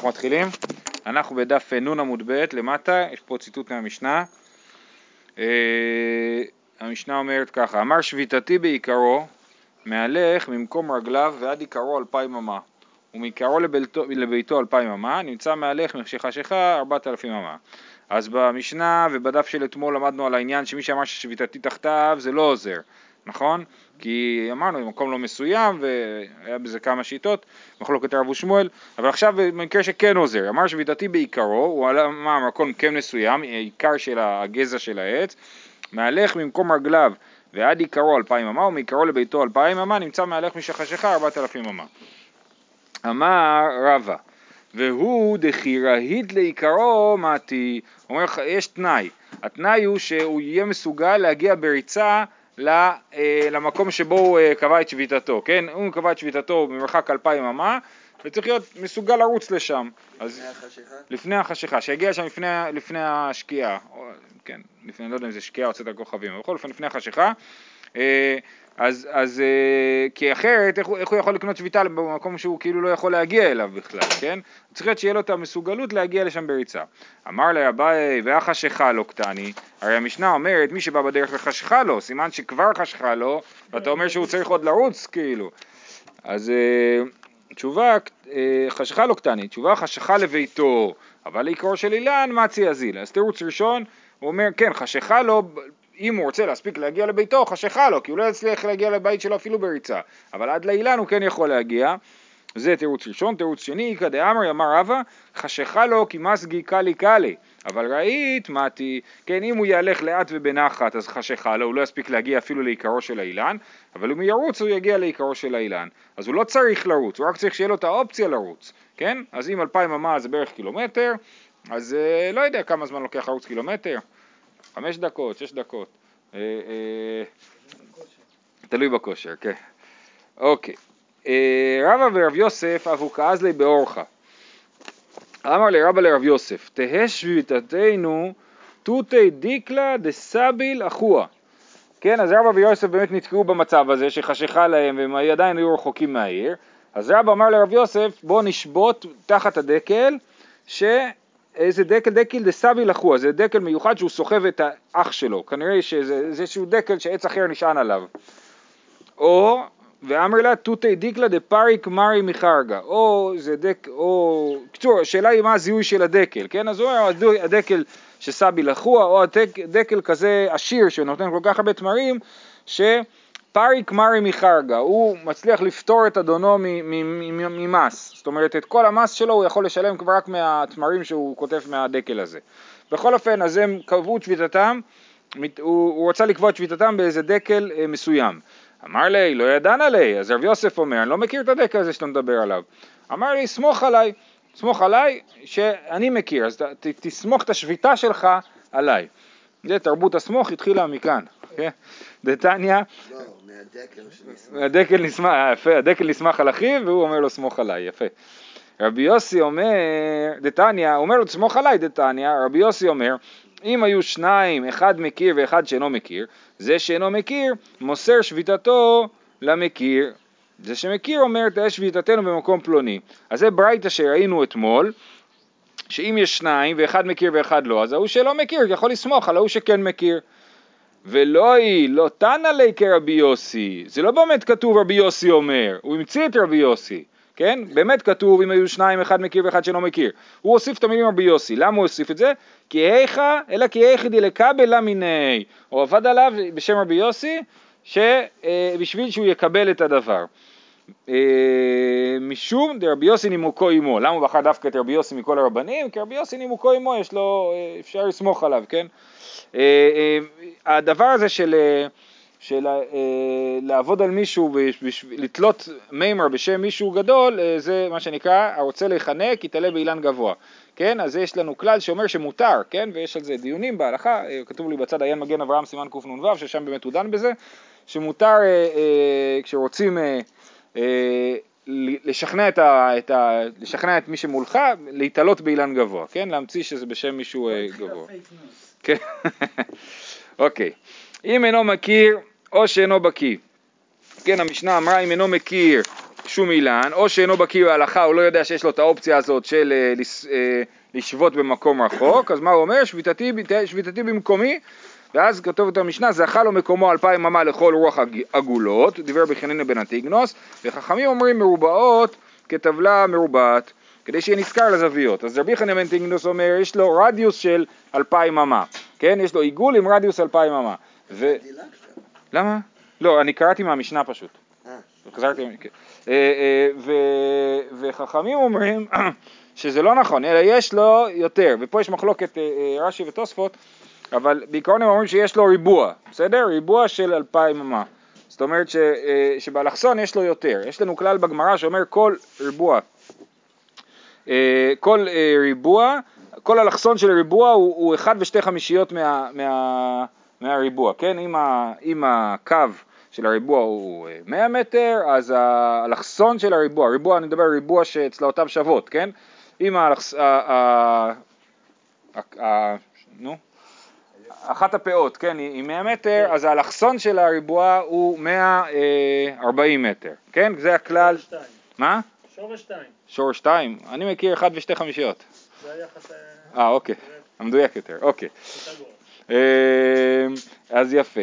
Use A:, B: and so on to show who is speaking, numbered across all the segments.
A: אנחנו מתחילים. אנחנו בדף נון עמוד ב' למטה, יש פה ציטוט מהמשנה. המשנה אומרת ככה: אמר שביתתי בעיקרו, מהלך ממקום רגליו ועד עיקרו 2,000 אמה, ומעיקרו לביתו 2,000 אמה, נמצא מהלך מחשיכה 4,000 אמה. אז במשנה ובדף של אתמול למדנו על העניין שמי שאמר ששביתתי תחתיו זה לא עוזר, נכון? כי אמרנו במקום לא מסוים והיה בזה כמה שיטות, מחלוקת רב ושמואל, אבל עכשיו במקרה שכן עוזר, אמר שביתתי בעיקרו, הוא אמר מקום כן מסוים, העיקר של הגזע של העץ, מהלך ממקום רגליו ועד עיקרו 2,000 אמה, ומעיקרו לביתו 2,000 אמה, נמצא מהלך מחשיכה 4,000 אמה. אמר רבא, והוא דחירהית לעיקרו מתי, אומר יש תנאי, התנאי הוא שהוא יהיה מסוגל להגיע בריצה למקום שבו הוא קבע את שביתתו, כן? הוא קבע את שביתתו במרחק 2,000 אמה, וצריך להיות מסוגל לרוץ לשם.
B: לפני החשיכה?
A: לפני החשיכה, שיגיע שם לפני השקיעה, כן, אני לא יודע אם זה שקיעה או צאת הכוכבים, אבל בכל אופן לפני החשיכה, אז כי אחרת איך הוא יכול לקנות שביתה במקום שהוא כאילו לא יכול להגיע אליו בכלל, כן? צריך להיות שיהיה לו את המסוגלות להגיע לשם בריצה. אמר לאביי והחשיכה לא קטני, הרי המשנה אומרת מי שבא בדרך לחשיכה לו, סימן שכבר חשיכה לו, ואתה אומר שהוא צריך עוד לרוץ כאילו. אז תשובה, חשיכה לא קטני, תשובה חשיכה לביתו, אבל לעיקרו של אילן מצי אזיל. אז תירוץ ראשון, הוא אומר כן, חשיכה לו, אם הוא רוצה להספיק להגיע לביתו, חשיכה לו, כי הוא לא יצליח להגיע לבית שלו אפילו בריצה, אבל עד לאילן הוא כן יכול להגיע. זה תירוץ ראשון. תירוץ שני, כדאמר אמר רבא, חשיכה לו כי מסגי קלי קלי, אבל ראית מתי, כן, אם הוא ילך לאט ובנחת אז חשיכה לו, הוא לא יספיק להגיע אפילו לעיקרו של האילן, אבל אם הוא ירוץ הוא יגיע לעיקרו של האילן, אז הוא לא צריך לרוץ, הוא רק צריך שיהיה לו את האופציה לרוץ, כן? אז אם 2,000 אמה זה בערך קילומטר, אז לא יודע כמה זמן לוקח לרוץ קילומטר, 5 דקות, 6 דקות, תלוי בכושר, כן. אוקיי. רבא ורב יוסף אבו כאזלי באורחה. אמר לרבא לרב יוסף, תהא שביתתנו תותי דיקלה דסביל אחוה. כן, אז רבא ויוסף באמת נתקעו במצב הזה שחשיכה להם והם עדיין היו רחוקים מהעיר. אז רבא אמר לרב יוסף, בוא נשבות תחת הדקל, שאיזה דקל דסביל אחוה, זה דקל מיוחד שהוא סוחב את האח שלו, כנראה שזה איזשהו דקל שעץ אחר נשען עליו. או ואמר לה תותי דיקלה דפריק מרי מחרגה, או זה או קצור, השאלה היא מה הזיהוי של הדקל, כן? אז הוא אומר הדקל שסבי לחוע, או הדקל כזה עשיר שנותן כל כך הרבה תמרים, שפריק מרי מחרגה, הוא מצליח לפתור את אדונו ממס, זאת אומרת את כל המס שלו הוא יכול לשלם כבר רק מהתמרים שהוא כותב מהדקל הזה. בכל אופן, אז הם קבעו את שביתתם, הוא רצה לקבוע את שביתתם באיזה דקל מסוים. אמר לי, לא ידען עלי, אז רב יוסף אומר, אני לא מכיר את הדקל הזה שאתה מדבר עליו. אמר לי, סמוך עליי שאני מכיר, אז תסמוך את השביתה שלך עליי. זה תרבות הסמוך התחילה מכאן. דתניא,
B: לא, מהדקל שנסמך.
A: הדקל נסמך על אחיו והוא אומר לו סמוך עליי, יפה. רבי יוסי אומר, דתניא, אומר לו תסמוך עליי דתניא, רבי יוסי אומר, אם היו שניים, אחד מכיר ואחד שאינו מכיר, זה שאינו מכיר מוסר שביתתו למכיר, זה שמכיר אומר תהיה שביתתנו במקום פלוני. אז זה ברייתא שראינו אתמול, שאם יש שניים ואחד מכיר ואחד לא, אז ההוא שלא מכיר יכול לסמוך על ההוא שכן מכיר. ולא היא, לא תנא ליה כרבי יוסי, זה לא באמת כתוב רבי יוסי אומר, הוא המציא את רבי יוסי, כן? באמת כתוב אם היו שניים, אחד מכיר ואחד שלא מכיר. הוא הוסיף את המילים רבי יוסי. למה הוא הוסיף את זה? כי היכה, אלא כי היכי דלקבל לה מיני. הוא עבד עליו בשם רבי יוסי, שבשביל שהוא יקבל את הדבר. משום דרבי יוסי נימוקו עמו. למה הוא בחר דווקא את רבי יוסי מכל הרבנים? כי רבי יוסי נימוקו עמו, יש לו, אפשר לסמוך עליו, כן? הדבר הזה של לעבוד על מישהו ולתלות מימר בשם מישהו גדול, זה מה שנקרא, הרוצה להיחנק יתעלה באילן גבוה, כן? אז יש לנו כלל שאומר שמותר, כן? ויש על זה דיונים בהלכה, כתוב לי בצד עיין מגן אברהם סימן קנ"ו, ששם באמת הוא דן בזה, שמותר כשרוצים לשכנע את מי שמולך, להתעלות באילן גבוה, כן? להמציא שזה בשם מישהו גבוה. כן. אוקיי. אם אינו מכיר או שאינו בקיא. כן, המשנה אמרה אם אינו מכיר שום אילן, או שאינו בקיא בהלכה, הוא לא יודע שיש לו את האופציה הזאת של לשבות במקום רחוק, אז מה הוא אומר? שביתתי במקומי, ואז כתוב את המשנה, זכה לו מקומו 2,000 אמה לכל רוח עגולות, דיבר בחנינא בן אנטיגנוס, וחכמים אומרים מרובעות כטבלה מרובעת, כדי שיהיה נזכר לזוויות. אז רבי חנינא בן אנטיגנוס אומר, יש לו רדיוס של 2,000 אמה, כן? יש לו עיגול עם רדיוס 2,000 אמה. למה? לא, אני קראתי מהמשנה פשוט. חזרתי, וחכמים אומרים שזה לא נכון, אלא יש לו יותר, ופה יש מחלוקת רש"י ותוספות, אבל בעיקרון הם אומרים שיש לו ריבוע, בסדר? ריבוע של 2,000 אמה. זאת אומרת שבאלכסון יש לו יותר. יש לנו כלל בגמרא שאומר כל אלכסון של ריבוע הוא 1/2 מהריבוע, כן? אם הקו של הריבוע הוא 100 מטר, אז האלכסון של הריבוע, אני מדבר ריבוע שצלעותיו שוות, כן? אם אחת הפאות, כן, היא 100 מטר, אז האלכסון של הריבוע הוא 140 מטר, כן? זה הכלל.
C: שורש 2.
A: מה?
C: שורש 2.
A: שורש 2? אני מכיר 1/2.
C: זה היחס...
A: אוקיי, המדויק יותר, אוקיי. אז יפה,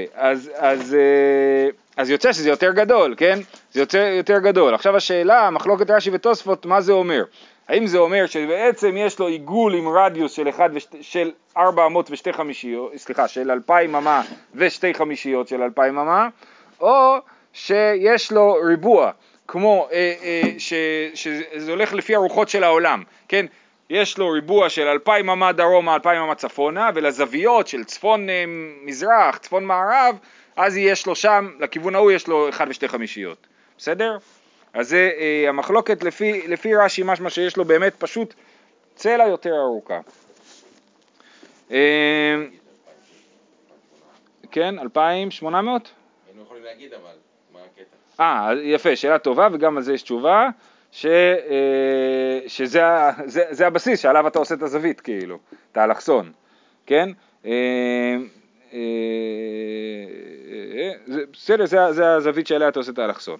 A: אז יוצא שזה יותר גדול, כן? זה יותר גדול. עכשיו השאלה, מחלוקת רש"י ותוספות, מה זה אומר? האם זה אומר שבעצם יש לו עיגול עם רדיוס של 2,000 אמה ו2/5 של 2,000 אמה, או שיש לו ריבוע, כמו שזה הולך לפי הרוחות של העולם, כן? יש לו ריבוע של 2,000 אמה דרומה, 2,000 אמה צפונה, ולזוויות של צפון מזרח, צפון מערב, אז יש לו שם, לכיוון ההוא יש לו 1/2. בסדר? אז זה המחלוקת לפי רש"י, משמע שיש לו באמת פשוט צלע יותר ארוכה. כן, 2,800?
D: היינו יכולים להגיד, אבל מה הקטע?
A: יפה, שאלה טובה, וגם על זה יש תשובה, שזה הבסיס שעליו אתה עושה את הזווית, כאילו, את האלכסון, כן? בסדר, זה הזווית שעליה אתה עושה את האלכסון.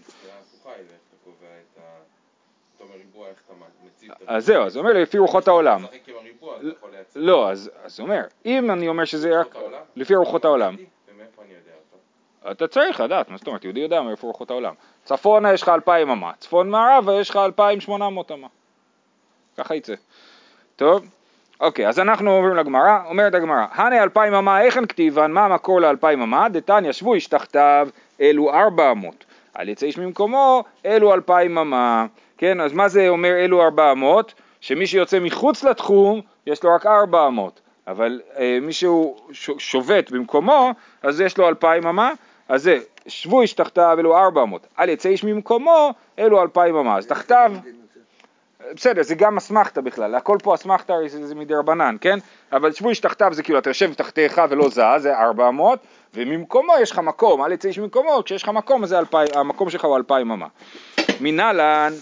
A: אז זהו, אז הוא אומר לפי רוחות העולם. לא, אז הוא אומר, אם אני אומר שזה רק לפי רוחות העולם.
D: ומאיפה אני יודע אותו?
A: אתה צריך לדעת, מה זאת אומרת, יהודי יודע מאיפה רוחות העולם. צפונה יש לך 2,000 אמה, צפון מערבה יש לך 2,800 אמה. ככה יצא. טוב, אוקיי, אז אנחנו עוברים לגמרא, אומרת הגמרא, הנה 2,000 אמה, איך אין כתיבן, מה המקור ל2,000 אמה? דתן ישבו איש תחתיו, אלו 400. על יצא איש ממקומו, אלו 2,000 אמה. כן, אז מה זה אומר אלו 400? שמי שיוצא מחוץ לתחום, יש לו רק 400. אבל מי שהוא שובת במקומו, אז יש לו 2,000 אמה. אז זה, שבו איש תחתיו, אלו 400. על יצא איש ממקומו, אלו 2,000 אמה. אז תחתיו... בסדר, זה גם אסמכתה בכלל, הכל פה אסמכתה זה מדרבנן, כן? אבל שבו איש תחתיו זה כאילו, אתה יושב תחתיך ולא זז, זה 400, וממקומו יש לך מקום, אל יצא איש ממקומו, כשיש לך מקום, אז המקום שלך הוא 2,000 אמה. מנהלן,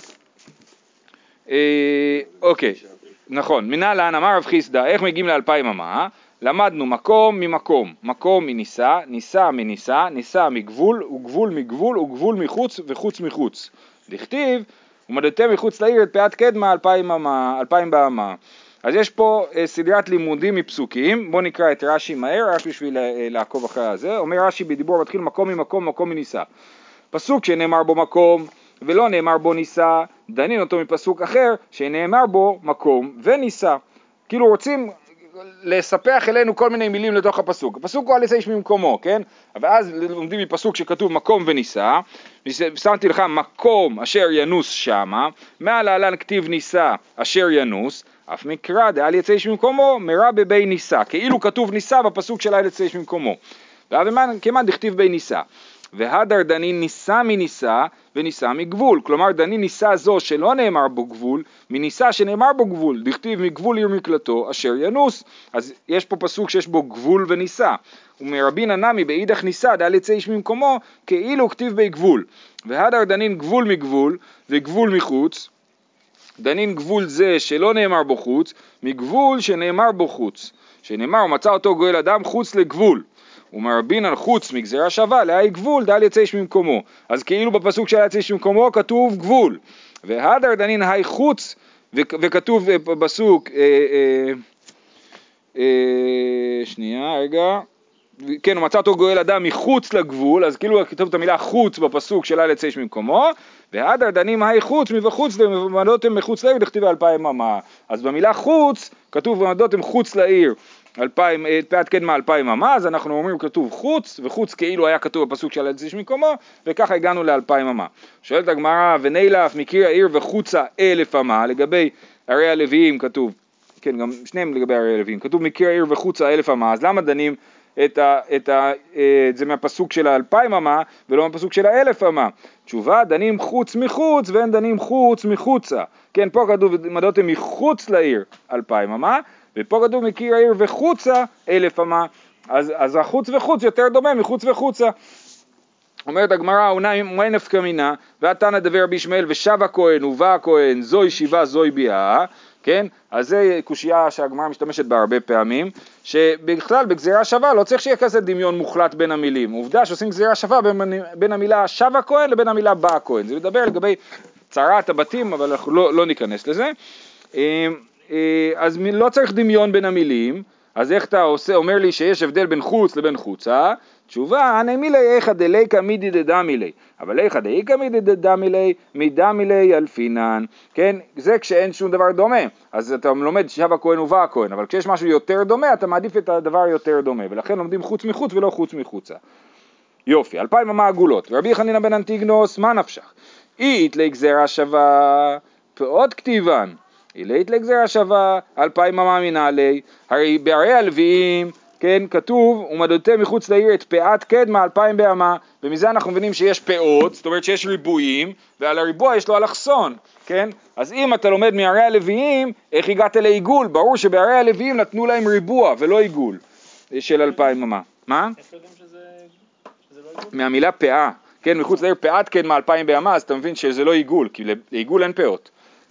A: אוקיי, נכון, מנהלן אמר רב חיסדא, איך מגיעים ל2,000 אמה? למדנו מקום ממקום, מקום מניסה, ניסה מניסה, ניסה מגבול, וגבול מגבול, וגבול מחוץ וחוץ מחוץ. דכתיב, ומדדתם מחוץ לעיר את פאת קדמה 2,000 באמה. אז יש פה סדרת לימודים מפסוקים, בואו נקרא את רש"י מהר, רק בשביל לעקוב אחרי זה. אומר רש"י בדיבור מתחיל מקום ממקום, מקום מניסה. פסוק שנאמר בו מקום ולא נאמר בו ניסה, דנין אותו מפסוק אחר שנאמר בו מקום וניסה. כאילו רוצים לספח אלינו כל מיני מילים לתוך הפסוק. הפסוק הוא על יצא איש ממקומו, כן? ואז לומדים מפסוק שכתוב מקום וניסה, ושמתי לך מקום אשר ינוס שמה, מעל העלן כתיב ניסה אשר ינוס, אף מקרא דעל יצא איש ממקומו, מרא בבי ניסה, כאילו כתוב ניסה בפסוק של על יצא איש ממקומו. כמעט דכתיב בי ניסה. והדר דנין ניסה מניסה וניסה מגבול, כלומר דנין ניסה זו שלא נאמר בו גבול, מניסה שנאמר בו גבול, דכתיב מגבול עיר מקלטו אשר ינוס, אז יש פה פסוק שיש בו גבול וניסה, ומרבין הנמי באידך ניסה דעל יצא איש ממקומו, כאילו כתיב בי גבול, והדר דנין גבול מגבול וגבול מחוץ, דנין גבול זה שלא נאמר בו חוץ, מגבול שנאמר בו חוץ, שנאמר ומצא אותו גואל אדם חוץ לגבול, ומרבינן חוץ מגזרה שווה, להי גבול, דל יצא איש ממקומו. אז כאילו בפסוק של יצא איש ממקומו כתוב גבול. והדר דנין היי חוץ, וכתוב בפסוק, שנייה, רגע, כן, הוא מצא אותו גואל אדם מחוץ לגבול, אז כאילו כתוב את המילה חוץ בפסוק של יצא איש ממקומו, והדר דנים היי חוץ מבחוץ, ומדותם מחוץ לעיר, דכתיב 2000 אמה. אז במילה חוץ, כתוב ומדותם חוץ לעיר, פאת קדמה 2000 אמה, אז אנחנו אומרים כתוב חוץ, וחוץ כאילו היה כתוב בפסוק של יצא איש ממקומו, וככה הגענו ל2000 אמה. שואלת הגמרא, ונילף מקיר העיר וחוצה 1000 אמה, לגבי ערי הלוויים כתוב, כן, גם שניהם לגבי ערי הלוויים, כתוב מקיר העיר וחוצה 1000 אמה, אז למה דנים זה מהפסוק של 2000 אמה ולא מהפסוק של 1000 אמה? תשובה, דנים חוץ מחוץ ואין דנים חוץ מחוצה. כן, פה כתוב מדותם מחוץ לעיר 2000 אמה, ופה כתוב מקיר העיר וחוצה 1000 אמה, אז החוץ וחוץ יותר דומה מחוץ וחוצה. אומרת הגמרא, ומאי נפקא מינה, והתנא דבר רבי ישמעאל ושב הכהן ובא הכהן זוי שיבה זוי ביאה, כן? אז זה קושייה שהגמרא משתמשת בה הרבה פעמים, שבכלל בגזירה שווה לא צריך שיהיה כזה דמיון מוחלט בין המילים. עובדה שעושים גזירה שווה בין המילה שב הכהן לבין המילה בא הכהן. זה מדבר לגבי צרת הבתים, אבל אנחנו לא ניכנס לזה. אז לא צריך דמיון בין המילים, אז איך אתה אומר לי שיש הבדל בין חוץ לבין חוצה? תשובה, אני מילי איכא דליקא מידי דדמילי, אבל איכא דאיכא מידי דדמילי, מדמילי אלפינן, כן? זה כשאין שום דבר דומה, אז אתה לומד שב הכהן ובא הכהן, אבל כשיש משהו יותר דומה, אתה מעדיף את הדבר יותר דומה, ולכן לומדים חוץ מחוץ ולא חוץ מחוצה. יופי, 2000 אמה עגולות, ורבי חנינא בן אנטיגנוס, מה נפשך? אית לגזרה שווה, פאות כתיבן, אילית לגזרה שווה, 2000 אמה מנעלי, הרי בערי הלוויים, כן, כתוב, ומדותם מחוץ לעיר את פאת קדמה 2000 באמה, ומזה אנחנו מבינים שיש פאות, זאת אומרת שיש ריבועים, ועל הריבוע יש לו אלכסון, כן? אז אם אתה לומד מערי הלוויים, איך הגעת לעיגול? ברור שבערי הלוויים נתנו להם ריבוע ולא עיגול של 2000 אמה. מה?
C: איך יודעים שזה לא עיגול?
A: מהמילה פאה, כן, מחוץ לעיר פאת קדמה 2000 באמה, אז אתה מבין שזה לא עיגול, כי לעיגול אין פאות.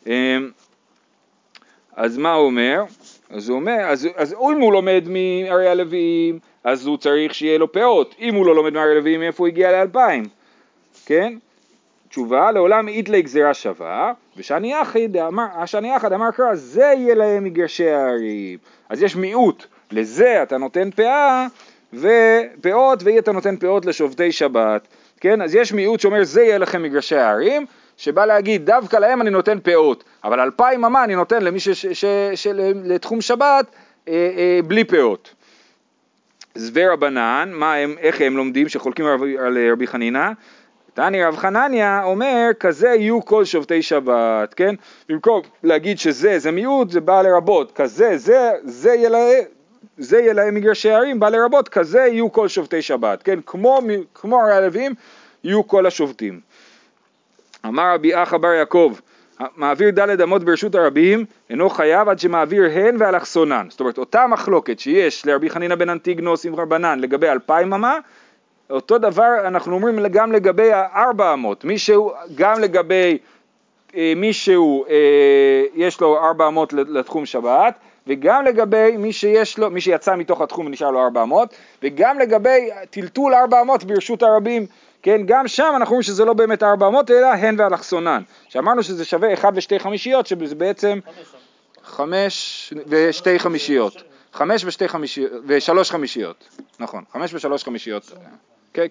A: אז מה הוא אומר? אז הוא אומר, אז אם הוא לומד מערי הלוויים, אז הוא צריך שיהיה לו פאות. אם הוא לא לומד מערי הלוויים, איפה הוא הגיע ל2000? כן? תשובה, לעולם איתלי גזירה שווה, ושאני יחד אמר קרא, זה יהיה להם מגרשי הערים. אז יש מיעוט, לזה אתה נותן פאה, ופאות, ואתה נותן פאות לשובתי שבת. כן? אז יש מיעוט שאומר, זה יהיה לכם מגרשי הערים, שבא להגיד, דווקא להם אני נותן פאות, אבל 2000 אמה אני נותן למי לתחום שבת בלי פאות. זוור הבנן, איך הם לומדים שחולקים על רבי חנינא? תני רב חנניה אומר, כזה יהיו כל שובתי שבת, כן? במקום להגיד שזה מיעוט, זה בא לרבות, כזה, זה יהיה להם מגרשי הערים, בא לרבות, כזה יהיו כל שובתי שבת, כן? כמו הרי הלוויים, יהיו כל השובתים. אמר רבי אחא בר יעקב, מעביר ד' אמות ברשות הרבים, אינו חייב עד שמעביר הן ואלכסונן. זאת אומרת, אותה מחלוקת שיש לרבי חנינא בן אנטיגנוס עם רבנן לגבי 2000 אמה, אותו דבר אנחנו אומרים גם לגבי 400. גם לגבי מישהו יש לו 400 לתחום שבת, וגם לגבי מי שיצא מתוך התחום ונשאר לו 400, וגם לגבי טלטול 400 ברשות הרבים, כן, גם שם אנחנו אומרים שזה לא באמת 400, אלא הן ואלכסונן. שאמרנו שזה שווה 1 ו2 חמישיות, שזה בעצם 5 ו2 חמישיות. 5 ו3 חמישיות. נכון, 5 ו3 חמישיות. כן.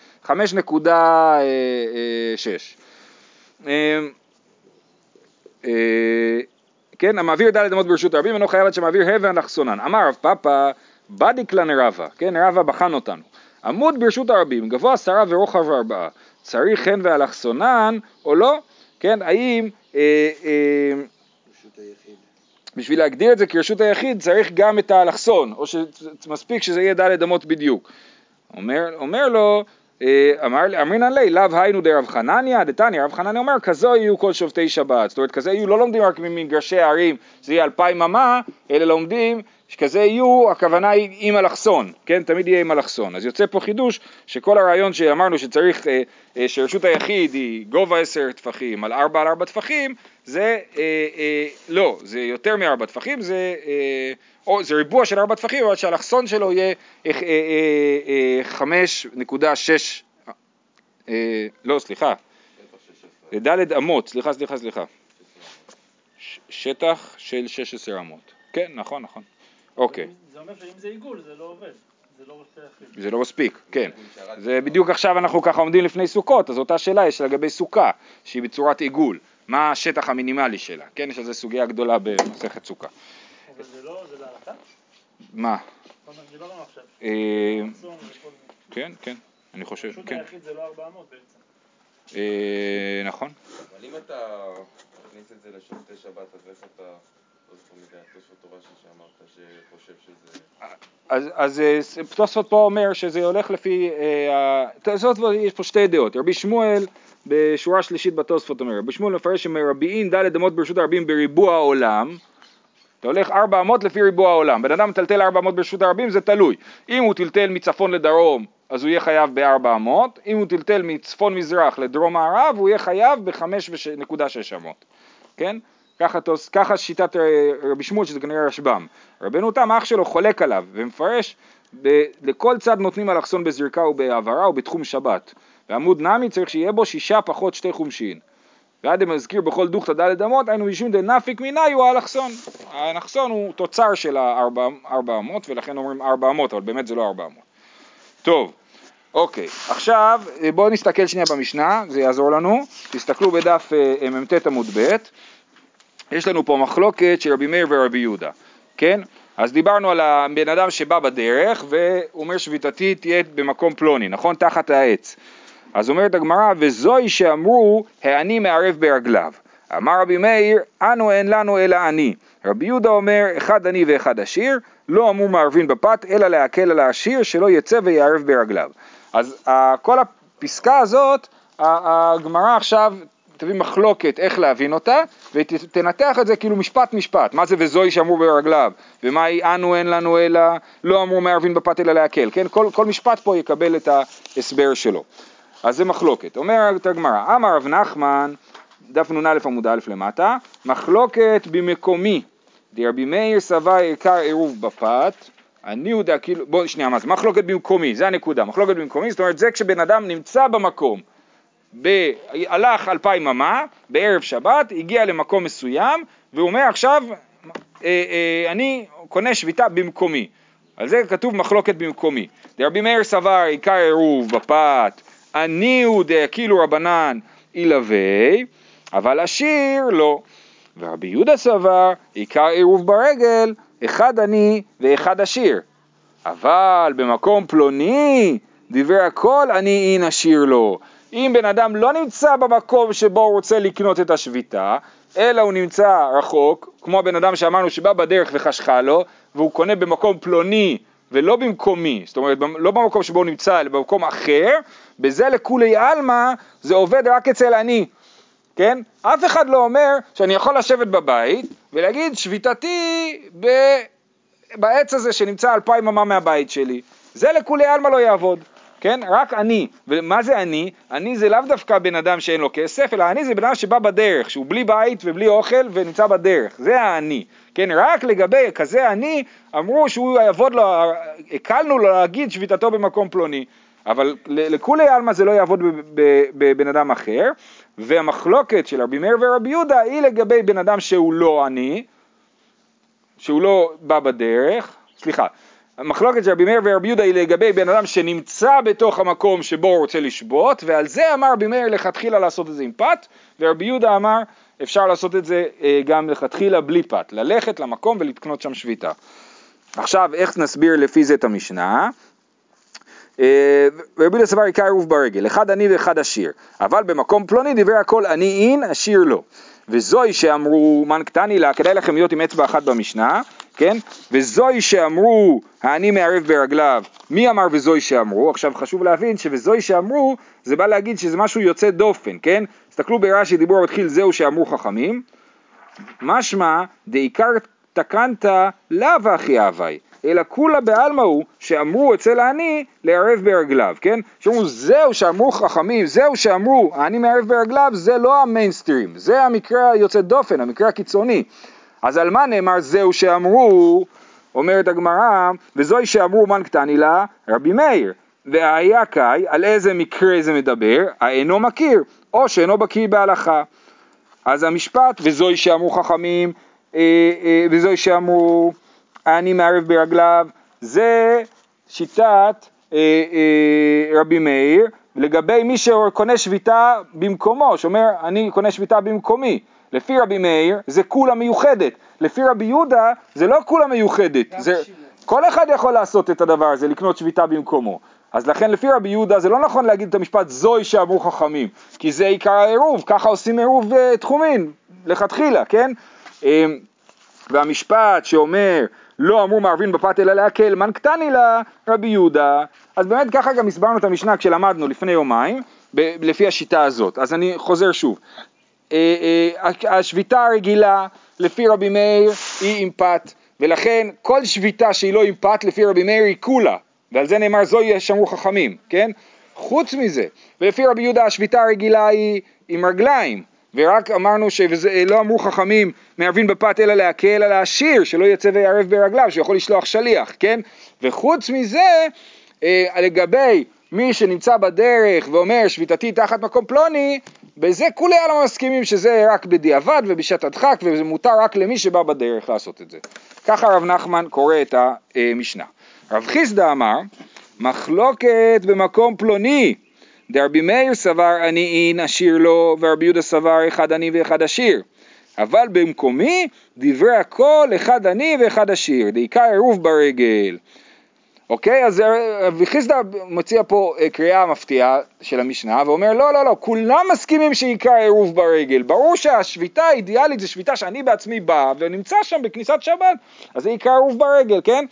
A: 5.6. כן, המעביר ד' אמות ברשות הרבים, אינו חייב עד שמעביר הן ואלכסונן. אמר רב פאפא, בדיק לנרבה, כן, רבה בחן אותנו. עמוד ברשות הרבים, גבוה 10 ורוחב 4, צריך הן ואלכסונן או לא? כן, האם
B: רשות היחיד.
A: בשביל להגדיר את זה כרשות היחיד צריך גם את האלכסון, או שמספיק שזה יהיה ד' אמות בדיוק. אומר לו, אמרינן לי, לאו היינו דרב חנניה, דתניא, רב חנניה אומר, כזו יהיו כל שובתי שבת, זאת אומרת, כזה יהיו, לא לומדים רק ממגרשי הערים, זה יהיה 2000 אמה, אלא לומדים שכזה יהיו, הכוונה היא עם אלכסון, כן? תמיד יהיה עם אלכסון. אז יוצא פה חידוש שכל הרעיון שאמרנו שצריך, שרשות היחיד היא גובה 10 טפחים על 4 על 4 טפחים, זה לא, זה יותר מ4 טפחים, זה ריבוע של 4 טפחים, אבל שהאלכסון שלו יהיה 5.6, לא, סליחה, ד' אמות, סליחה. שטח של 16 אמות. כן, נכון. אוקיי.
C: זה אומר שאם זה עיגול זה לא עובד, זה לא רוצה להחליט.
A: זה לא מספיק, כן. זה בדיוק עכשיו אנחנו ככה עומדים לפני סוכות, אז אותה שאלה יש לגבי סוכה, שהיא בצורת עיגול. מה השטח המינימלי שלה? כן, יש על זה סוגיה גדולה במסכת סוכה.
C: אבל זה לא, זה להלכה?
A: מה?
C: דיברנו עכשיו.
A: כן, אני חושב,
C: רשות
A: כן.
C: היחיד זה לא 400 בעצם.
A: נכון.
D: אבל אם אתה תכניס את זה לשופטי שבת, אז איך אתה תוספות תורה שאמרת שחושב שזה...
A: אז תוספות פה אומר שזה הולך לפי, תוספות יש פה שתי דעות. רבי שמואל בשורה שלישית בתוספות אומר, רבי שמואל מפרש שמרביעין ד' אמות ברשות הרבים בריבוע העולם, אתה הולך 4 אמות לפי ריבוע העולם. בן אדם טלטל 4 אמות ברשות הרבים, זה תלוי. אם הוא טלטל מצפון לדרום, אז הוא יהיה חייב ב4 אמות. אם הוא טלטל מצפון מזרח לדרום מערב, הוא יהיה חייב ב5.6 אמות. כן? ככה שיטת רבי שמואל, שזה כנראה רשב"ם. רבנו תם, אח שלו חולק עליו, ומפרש, לכל צד נותנים אלכסון בזריקה ובעברה ובתחום שבת. ועמוד נמי צריך שיהיה בו 6 פחות 2 חומשין. ועד הם מזכיר בכל דוכתא ד' אמות, היינו משום דנפיק מיני הוא האלכסון. האלכסון הוא תוצר של 4 אמות, ולכן אומרים 4 אמות, אבל באמת זה לא 4 אמות. טוב, אוקיי, עכשיו בואו נסתכל שנייה במשנה, זה יעזור לנו. תסתכלו בדף מ"ט עמוד ב', יש לנו פה מחלוקת של רבי מאיר ורבי יהודה, כן? אז דיברנו על הבן אדם שבא בדרך, והוא אומר שביתתי תהיה במקום פלוני, נכון? תחת העץ. אז אומרת הגמרא, וזוהי שאמרו, העני מערב ברגליו. אמר רבי מאיר, אנו אין לנו אלא עני. רבי יהודה אומר, אחד עני ואחד עשיר, לא אמור מערבין בפת, אלא להקל על העשיר, שלא יצא ויערב ברגליו. אז כל הפסקה הזאת, הגמרא עכשיו תביא מחלוקת איך להבין אותה, ותנתח את זה כאילו משפט. מה זה וזוהי שאמרו ברגליו? ומה היא אנו אין לנו אלא, לא אמור מערבין בפת אלא להקל. כן? כל משפט פה יקבל את ההסבר שלו. אז זה מחלוקת. אומרת הגמרא, אמר רב נחמן, דף נ"א עמוד א' למטה, מחלוקת במקומי, דרבי מאיר סבר עיקר עירוב בפת, אני יודע כאילו, בוא שנייה, מה זה? מחלוקת במקומי, זה הנקודה, מחלוקת במקומי, זאת אומרת זה כשבן אדם נמצא במקום, הלך 2000 אמה, בערב שבת, הגיע למקום מסוים, והוא אומר עכשיו, אני קונה שביתה במקומי, על זה כתוב מחלוקת במקומי, דרבי מאיר סבר עיקר עירוב בפת, אני הוא דאכילו רבנן אילווה, אבל עשיר לא. ורבי יהודה סבר, עיקר עירוב ברגל, אחד עני ואחד עשיר. אבל במקום פלוני, דברי הכל אני אין עשיר לו. אם בן אדם לא נמצא במקום שבו הוא רוצה לקנות את השביתה, אלא הוא נמצא רחוק, כמו הבן אדם שאמרנו שבא בדרך וחשכה לו, והוא קונה במקום פלוני ולא במקומי, זאת אומרת לא במקום שבו הוא נמצא, אלא במקום אחר, בזה לכולי עלמא זה עובד רק אצל אני, כן? אף אחד לא אומר שאני יכול לשבת בבית ולהגיד שביתתי בעץ הזה שנמצא 2000 אמה מהבית שלי, זה לכולי עלמא לא יעבוד, כן? רק אני. ומה זה אני? אני זה לאו דווקא בן אדם שאין לו כסף, אלא אני זה בן אדם שבא בדרך, שהוא בלי בית ובלי אוכל ונמצא בדרך, זה האני, כן? רק לגבי כזה אני, אמרו שהוא יעבוד לו, הקלנו לו להגיד שביתתו במקום פלוני, אבל לכולי עלמא זה לא יעבוד בבן אדם אחר, והמחלוקת של רבי מאיר ורבי יהודה היא לגבי בן אדם שהוא לא עני, שהוא לא בא בדרך, סליחה, המחלוקת של רבי מאיר ורבי יהודה היא לגבי בן אדם שנמצא בתוך המקום שבו הוא רוצה לשבות, ועל זה אמר רבי מאיר לכתחילה לעשות את זה עם פת, ורבי יהודה אמר אפשר לעשות את זה גם לכתחילה בלי פת, ללכת למקום ולקנות שם שביתה. עכשיו איך נסביר לפי זה את המשנה? רבי יהודה סבר עיקר עירוב ברגל, אחד עני ואחד עשיר, אבל במקום פלוני דברי הכל אני אין, עשיר לא. וזוהי שאמרו, מן קטני לה, כדאי לכם להיות עם אצבע אחת במשנה, כן? וזוהי שאמרו, העני מערב ברגליו, מי אמר וזוהי שאמרו? עכשיו חשוב להבין שווזוהי שאמרו, זה בא להגיד שזה משהו יוצא דופן, כן? תסתכלו ברש"י, דיבור מתחיל זהו שאמרו חכמים, משמע, דעיקר הסתכנת לאו אחי אבי, אלא כולה בעלמא הוא שאמרו אצל העני לערב ברגליו, כן? שאמרו זהו שאמרו חכמים, זהו שאמרו העני מערב ברגליו, זה לא המיינסטרים, זה המקרה היוצא דופן, המקרה הקיצוני. אז על מה נאמר זהו שאמרו? אומרת הגמרא, וזוהי שאמרו מן קטני לה רבי מאיר, והיה קאי, על איזה מקרה זה מדבר? האינו מכיר, או שאינו בקיא בהלכה. אז המשפט, וזוהי שאמרו חכמים, וזוהי שאמרו אני מערב ברגליו, זה שיטת רבי מאיר, לגבי מי שקונה שביתה במקומו, שאומר אני קונה שביתה במקומי. לפי רבי מאיר זה כולה מיוחדת, לפי רבי יהודה זה לא כולה מיוחדת, כל אחד יכול לעשות את הדבר הזה, לקנות שביתה במקומו. אז לכן לפי רבי יהודה זה לא נכון להגיד את המשפט זוהי שאמרו חכמים, כי זה עיקר העירוב, ככה עושים עירוב תחומין, לכתחילה, כן? והמשפט שאומר לא אמרו מערבין בפת אלא להקל, מן קטני לה רבי יהודה, אז באמת ככה גם הסברנו את המשנה כשלמדנו לפני יומיים, לפי השיטה הזאת. אז אני חוזר שוב, השביתה הרגילה לפי רבי מאיר היא עם פת, ולכן כל שביתה שהיא לא עם פת לפי רבי מאיר היא כולה, ועל זה נאמר זוהי שאמרו חכמים, כן? חוץ מזה, ולפי רבי יהודה השביתה הרגילה היא עם רגליים, ורק אמרנו שלא אמרו חכמים מערבין בפת אלא להקל על העשיר, שלא יצא ויערב ברגליו, שיכול לשלוח שליח, כן? וחוץ מזה, לגבי מי שנמצא בדרך ואומר שביתתי תחת מקום פלוני, בזה כולי על המסכימים שזה רק בדיעבד ובשעת הדחק, וזה מותר רק למי שבא בדרך לעשות את זה. ככה רב נחמן קורא את המשנה. רב חיסדא אמר, מחלוקת במקום פלוני, דרבי מאיר סבר עניין עשיר לו, ורבי יהודה סבר אחד עני ואחד עשיר. אבל במקומי דברי הכל אחד עני ואחד עשיר, דעיקר עירוב ברגל. אוקיי, אז רבי חיסדא מציע פה קריאה מפתיעה של המשנה, ואומר לא, כולם מסכימים שעיקר עירוב ברגל. ברור שהשביתה האידיאלית זה שביתה שאני בעצמי בא, ונמצא שם בכניסת שבת, אז זה עיקר עירוב ברגל, כן?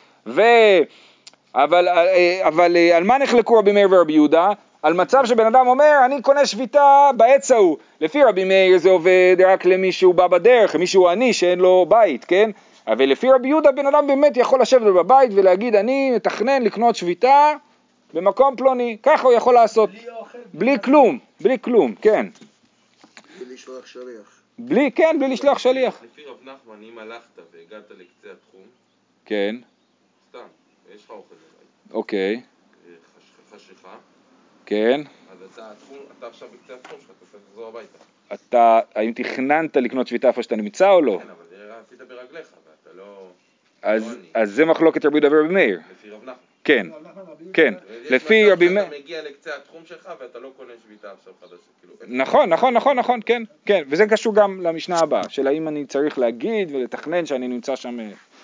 A: אבל על מה נחלקו רבי מאיר ורבי יהודה? על מצב שבן אדם אומר, אני קונה שביתה בעץ ההוא. לפי רבי מאיר זה עובד רק למי שהוא בא בדרך, למי שהוא עני שאין לו בית, כן? אבל לפי רבי יהודה בן אדם באמת יכול לשבת בבית ולהגיד, אני מתכנן לקנות שביתה במקום פלוני. ככה הוא יכול לעשות. בלי כלום, כן.
B: בלי לשלוח שליח.
A: בלי לשלוח שליח.
D: לפי רב נחמן, אם הלכת והגעת לקצה התחום,
A: כן.
D: סתם, יש לך אוכל בבית.
A: אוקיי.
D: חשיכה.
A: כן.
D: אז אתה עכשיו בקצה התחום שלך, אתה תחזור הביתה.
A: האם תכננת לקנות שביתה איפה שאתה נמצא או לא?
D: כן, אבל זה עשית ברגליך, ואתה לא...
A: אז זה מחלוקת רבי יהודה ורבי מאיר.
D: לפי רב נחמן.
A: כן. לפי רבי מאיר...
D: אתה מגיע לקצה התחום שלך ואתה לא קונה שביתה עכשיו חדשה.
A: נכון, כן. וזה קשור גם למשנה הבאה, של האם אני צריך להגיד ולתכנן שאני נמצא שם...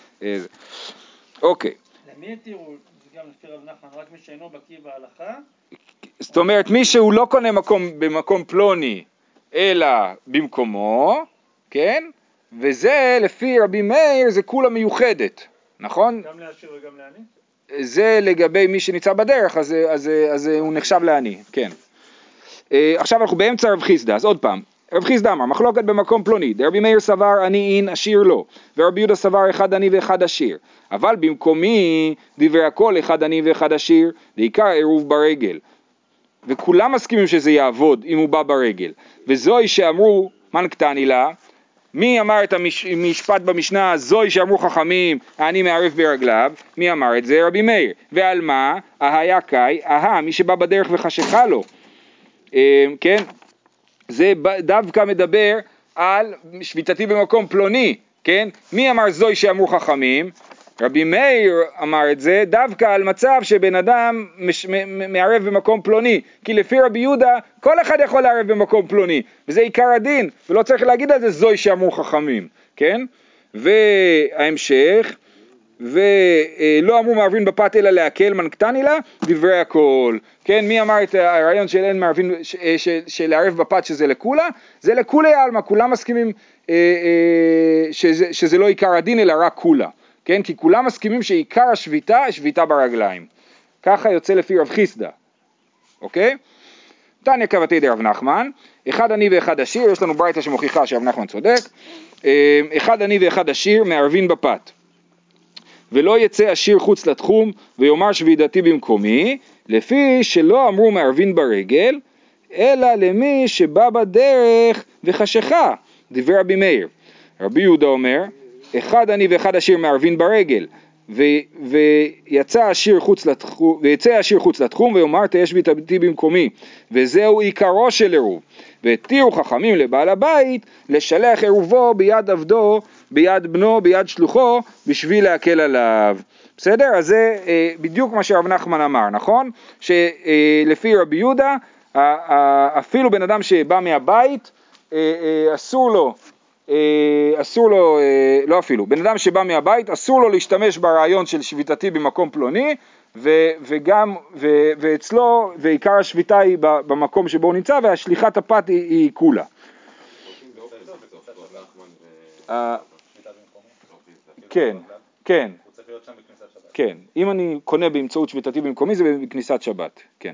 A: אוקיי.
C: למי התירו, זה גם לפי רב נחמן, רק מי שאינו בקיא בהלכה?
A: זאת אומרת, מי שהוא לא קונה במקום פלוני, אלא במקומו, כן? וזה לפי רבי מאיר זה כולה מיוחדת, נכון?
C: גם לעשיר וגם לעני?
A: זה לגבי מי שנמצא בדרך, אז הוא נחשב לעני, כן. עכשיו אנחנו באמצע רב חיסדא, אז עוד פעם, רב חיסדא אמר, מחלוקת במקום פלוני, דרבי מאיר סבר עניין עשיר לו, ורבי יהודה סבר אחד עני ואחד עשיר, אבל במקומי דברי הכל אחד עני ואחד עשיר, בעיקר עירוב ברגל, וכולם מסכימים שזה יעבוד אם הוא בא ברגל, וזוהי שאמרו מן קטני לה, מי אמר את המשפט במשנה, זוהי שאמרו חכמים, אני מערב ברגליו, מי אמר את זה? רבי מאיר. ועל מה? היה קאי, מי שבא בדרך וחשיכה לו. כן? זה דווקא מדבר על שביתתי במקום פלוני, כן? מי אמר זוהי שאמרו חכמים? רבי מאיר אמר את זה דווקא על מצב שבן אדם מערב במקום פלוני, כי לפי רבי יהודה כל אחד יכול לערב במקום פלוני, וזה עיקר הדין, ולא צריך להגיד על זה זוהי שאמרו חכמים, כן? וההמשך, ולא אמרו מערבין בפת אלא להקל, מן קטני לה, דברי הכל, כן? מי אמר את הרעיון של אין מערבין, של לערב בפת שזה לכולה? זה לכולי עלמא, כולם מסכימים שזה לא עיקר הדין אלא רק כולה. כן? כי כולם מסכימים שעיקר השביתה היא שביתה ברגליים. ככה יוצא לפי רב חיסדא. אוקיי? תניא קבתי דרב נחמן, אחד עני ואחד עשיר, יש לנו ברייתא שמוכיחה שרב נחמן צודק. אחד עני ואחד עשיר מערבין בפת. ולא יצא עשיר חוץ לתחום ויאמר שביעידתי במקומי, לפי שלא אמרו מערבין ברגל, אלא למי שבא בדרך וחשכה, דברי רבי מאיר. רבי יהודה אומר, אחד עני ואחד עשיר מערבין ברגל, ויצא עשיר חוץ לתחום ויאמר תהיה שביעידתי במקומי, וזהו עיקרו של עירוב. והתירו חכמים לבעל הבית לשלח עירובו ביד עבדו, ביד בנו, ביד שלוחו, בשביל להקל עליו. בסדר? אז זה בדיוק מה שרב נחמן אמר, נכון? שלפי רבי יהודה, אפילו בן אדם שבא מהבית, בן אדם שבא מהבית, אסור לו להשתמש ברעיון של שביתתי במקום פלוני, ואצלו, ועיקר השביתה היא במקום שבו הוא נמצא, והשליחת הפת היא כולה. כן, כן. כן, אם אני קונה באמצעות שביתתי במקומי זה בכניסת שבת, כן.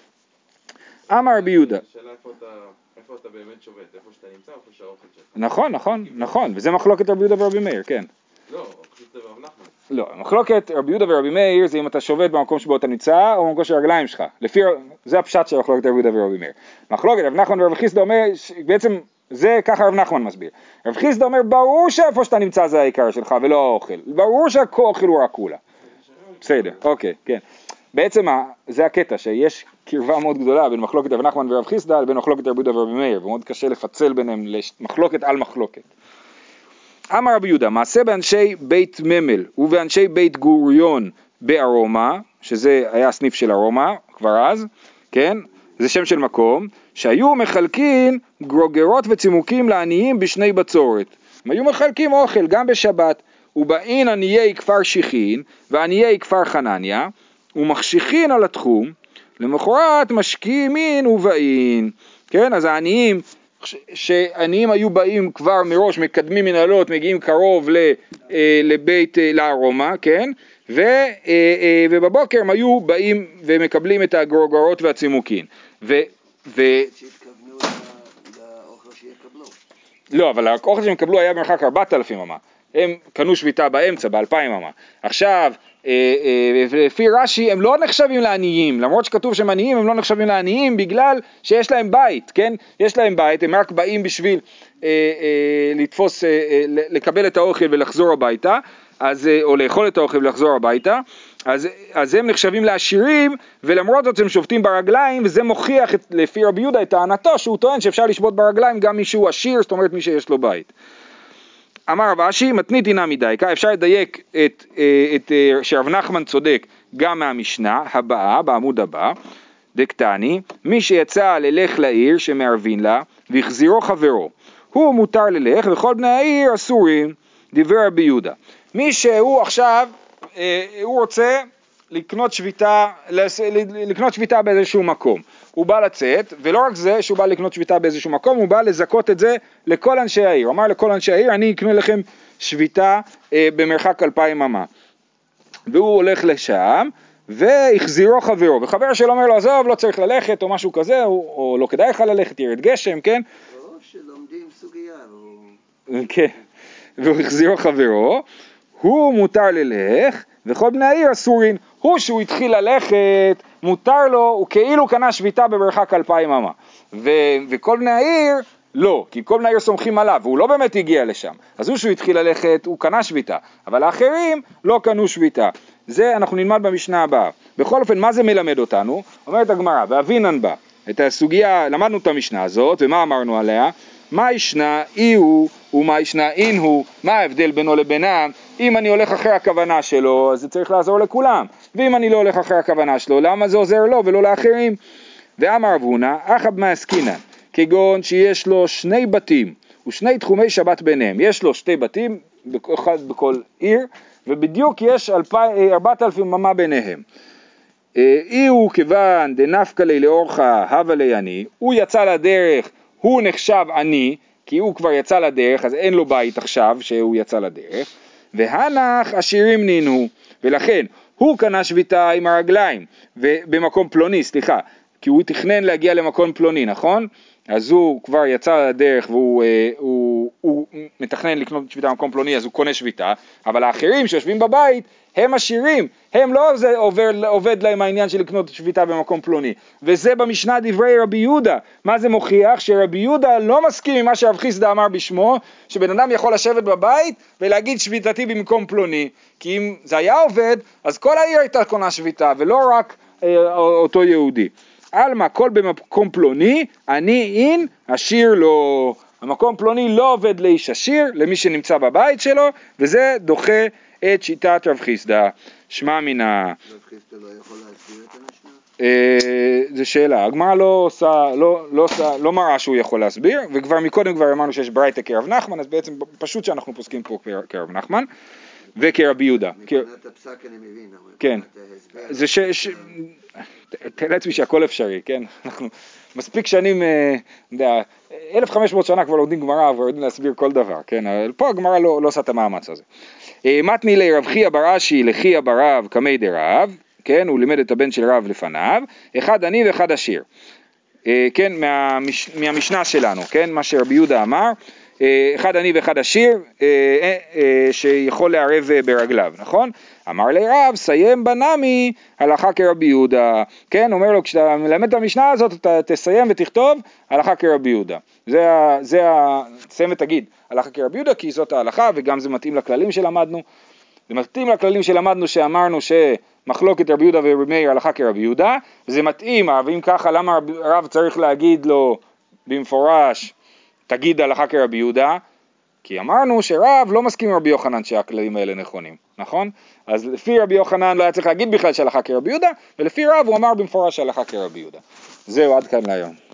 A: אמר רבי יהודה.
D: השאלה איפה אתה באמת שובת, איפה שאתה נמצא, איפה שהאוכל שלך.
A: נכון, וזה מחלוקת רבי יהודה ורבי מאיר, כן.
D: לא, פשוט זה רב נחמן.
A: לא, מחלוקת רבי יהודה ורבי מאיר זה אם אתה שובת במקום שבו אתה נמצא או במקום של הרגליים שלך. זה הפשט של מחלוקת רבי יהודה ורבי מאיר. מחלוקת רב נחמן ורב חיסדא אומר, בעצם זה ככה רב נחמן מסביר. רב חיסדא אומר, ברור שאיפה שאתה נמצא זה העיקר שלך ולא האוכל. ברור שהאוכל הוא רק כולה. בסדר, אוקיי, כן. בעצם זה הקטע שיש קרבה מאוד גדולה בין מחלוקת רב נחמן ורב חיסדא לבין מחלוקת רבי יהודה ורבי מאיר, ומאוד קשה לפצל ביניהם למחלוקת על מחלוקת. אמר רבי יהודה, מעשה באנשי בית ממל ובאנשי בית גוריון בארומה, שזה היה הסניף של ארומה כבר אז, כן? זה שם של מקום, שהיו מחלקים גרוגרות וצימוקים לעניים בשני בצורת. הם היו מחלקים אוכל גם בשבת, ובאין עניי כפר שיחין ועניי כפר חנניה, ומחשיכין על התחום, למחרת משקיעים מין ובאין. כן, אז העניים, שעניים היו באים כבר מראש, מקדמים מנהלות, מגיעים קרוב לבית לארומה, כן? ובבוקר הם היו באים ומקבלים את הגרוגרות והצימוקין.
B: שהתכוונו לאוכל שיקבלו.
A: לא, אבל האוכל שהם קבלו היה במרחק 4,000 אמה. הם קנו שביתה באמצע, ב2,000 אמה. עכשיו, לפי רש"י הם לא נחשבים לעניים, למרות שכתוב שהם עניים, הם לא נחשבים לעניים בגלל שיש להם בית, כן? יש להם בית, הם רק באים בשביל לתפוס, לקבל את האוכל ולחזור הביתה, או לאכול את האוכל ולחזור הביתה, אז הם נחשבים לעשירים, ולמרות זאת הם שובתים ברגליים, וזה מוכיח לפי רבי יהודה את טענתו, שהוא טוען שאפשר לשבות ברגליים גם מי שהוא עשיר, זאת אומרת מי שיש לו בית. אמר רב אשי, מתנית דינה מדייקה, אפשר לדייק שרב נחמן צודק גם מהמשנה הבאה, בעמוד הבא, דקטני, מי שיצא ללך לעיר שמערבין לה, והחזירו חברו, הוא מותר ללך, וכל בני העיר אסורים, דברי רבי יהודה. מי שהוא עכשיו, הוא רוצה לקנות שביתה באיזשהו מקום. הוא בא לצאת, ולא רק זה שהוא בא לקנות שביתה באיזשהו מקום, הוא בא לזכות את זה לכל אנשי העיר. הוא אמר לכל אנשי העיר, אני אקנה לכם שביתה במרחק 2,000 אמה. והוא הולך לשם, והחזירו חברו. וחבר שלו אומר לו, עזוב, לא צריך ללכת, או משהו כזה, או לא כדאי לך ללכת, ירד גשם, כן?
B: או שלומדים סוגיה.
A: כן. והוא החזירו חברו, הוא מותר ללך, וכל בני העיר אסורין. הוא שהוא התחיל ללכת, מותר לו, הוא כאילו קנה שביתה במרחק 2,000 אמה. וכל בני העיר, לא, כי כל בני העיר סומכים עליו, והוא לא באמת הגיע לשם. אז הוא שהוא התחיל ללכת, הוא קנה שביתה, אבל האחרים לא קנו שביתה. זה אנחנו נלמד במשנה הבאה. בכל אופן, מה זה מלמד אותנו? אומרת הגמרא, ואבינן בה, את הסוגיה, למדנו את המשנה הזאת, ומה אמרנו עליה? מה ישנה אי הוא ומה ישנה אין הוא, מה ההבדל בינו לבינם? אם אני הולך אחרי הכוונה שלו, אז זה צריך לעזור לכולם, ואם אני לא הולך אחרי הכוונה שלו, למה זה עוזר לו ולא לאחרים? ואמר רב הונא, אחא במעסקינן, כגון שיש לו 2 בתים ושני תחומי שבת ביניהם, יש לו 2 בתים, אחד בכל עיר, ובדיוק יש 4,000 אמה ביניהם. אי הוא כיוון דנפקא ליה לאורחא הווה ליה עני, הוא יצא לדרך, הוא נחשב עני, כי הוא כבר יצא לדרך, אז אין לו בית עכשיו שהוא יצא לדרך, והנח עשירים נינו, ולכן הוא קנה שביתה עם הרגליים, במקום פלוני, סליחה, כי הוא תכנן להגיע למקום פלוני, נכון? אז הוא כבר יצא לדרך והוא מתכנן לקנות שביתה במקום פלוני, אז הוא קונה שביתה, אבל האחרים שיושבים בבית הם עשירים, הם לא עובד להם העניין של לקנות שביתה במקום פלוני, וזה במשנה דברי רבי יהודה. מה זה מוכיח? שרבי יהודה לא מסכים עם מה שרב חיסדא אמר בשמו, שבן אדם יכול לשבת בבית ולהגיד שביתתי במקום פלוני, כי אם זה היה עובד, אז כל העיר הייתה קונה שביתה, ולא רק אותו יהודי. אלמה, כל במקום פלוני, אני אין, עשיר לו. המקום פלוני לא עובד לאיש עשיר, למי שנמצא בבית שלו, וזה דוחה את שיטת רב חיסדא. שמע מינה.
B: רב חיסדא לא יכול להסביר את המשנה?
A: זו שאלה. הגמרא לא מראה שהוא יכול להסביר, וכבר מקודם כבר אמרנו שיש ברייתא כרב נחמן, אז בעצם פשוט שאנחנו פוסקים פה כרב נחמן, וכרבי יהודה.
B: מבחינת הפסק אני מבין.
A: כן. זה תראה לעצמי שהכל אפשרי, כן? אנחנו מספיק שנים, 1500 שנה כבר לומדים גמרא ויודעים להסביר כל דבר, כן? אבל פה הגמרא לא עושה את המאמץ הזה. מתני לי רב חייא בר אשי לחייא בר רב קמי דרב, כן? הוא לימד את הבן של רב לפניו, אחד עני ואחד עשיר. כן? מהמשנה שלנו, כן? מה שרבי יהודה אמר, אחד עני ואחד עשיר שיכול לערב ברגליו, נכון? אמר לי רב, סיים בנמי הלכה כרבי יהודה, כן? אומר לו, כשאתה מלמד את המשנה הזאת, אתה תסיים ותכתוב הלכה כרבי יהודה. תסיים ותגיד הלכה כרבי יהודה, כי זאת ההלכה, וגם זה מתאים לכללים שלמדנו. זה מתאים לכללים שלמדנו שאמרנו שמחלוקת רבי יהודה ורבי מאיר הלכה כרבי יהודה, וזה מתאים, ואם ככה, למה רב צריך להגיד לו במפורש, תגיד הלכה כרבי יהודה? כי אמרנו שרב לא מסכים עם רבי יוחנן שהכללים האלה נכונים, נכון? אז לפי רבי יוחנן לא היה צריך להגיד בכלל שהלכה כרבי יהודה, ולפי רב הוא אמר במפורש שהלכה כרבי יהודה. זהו, עד כאן להיום.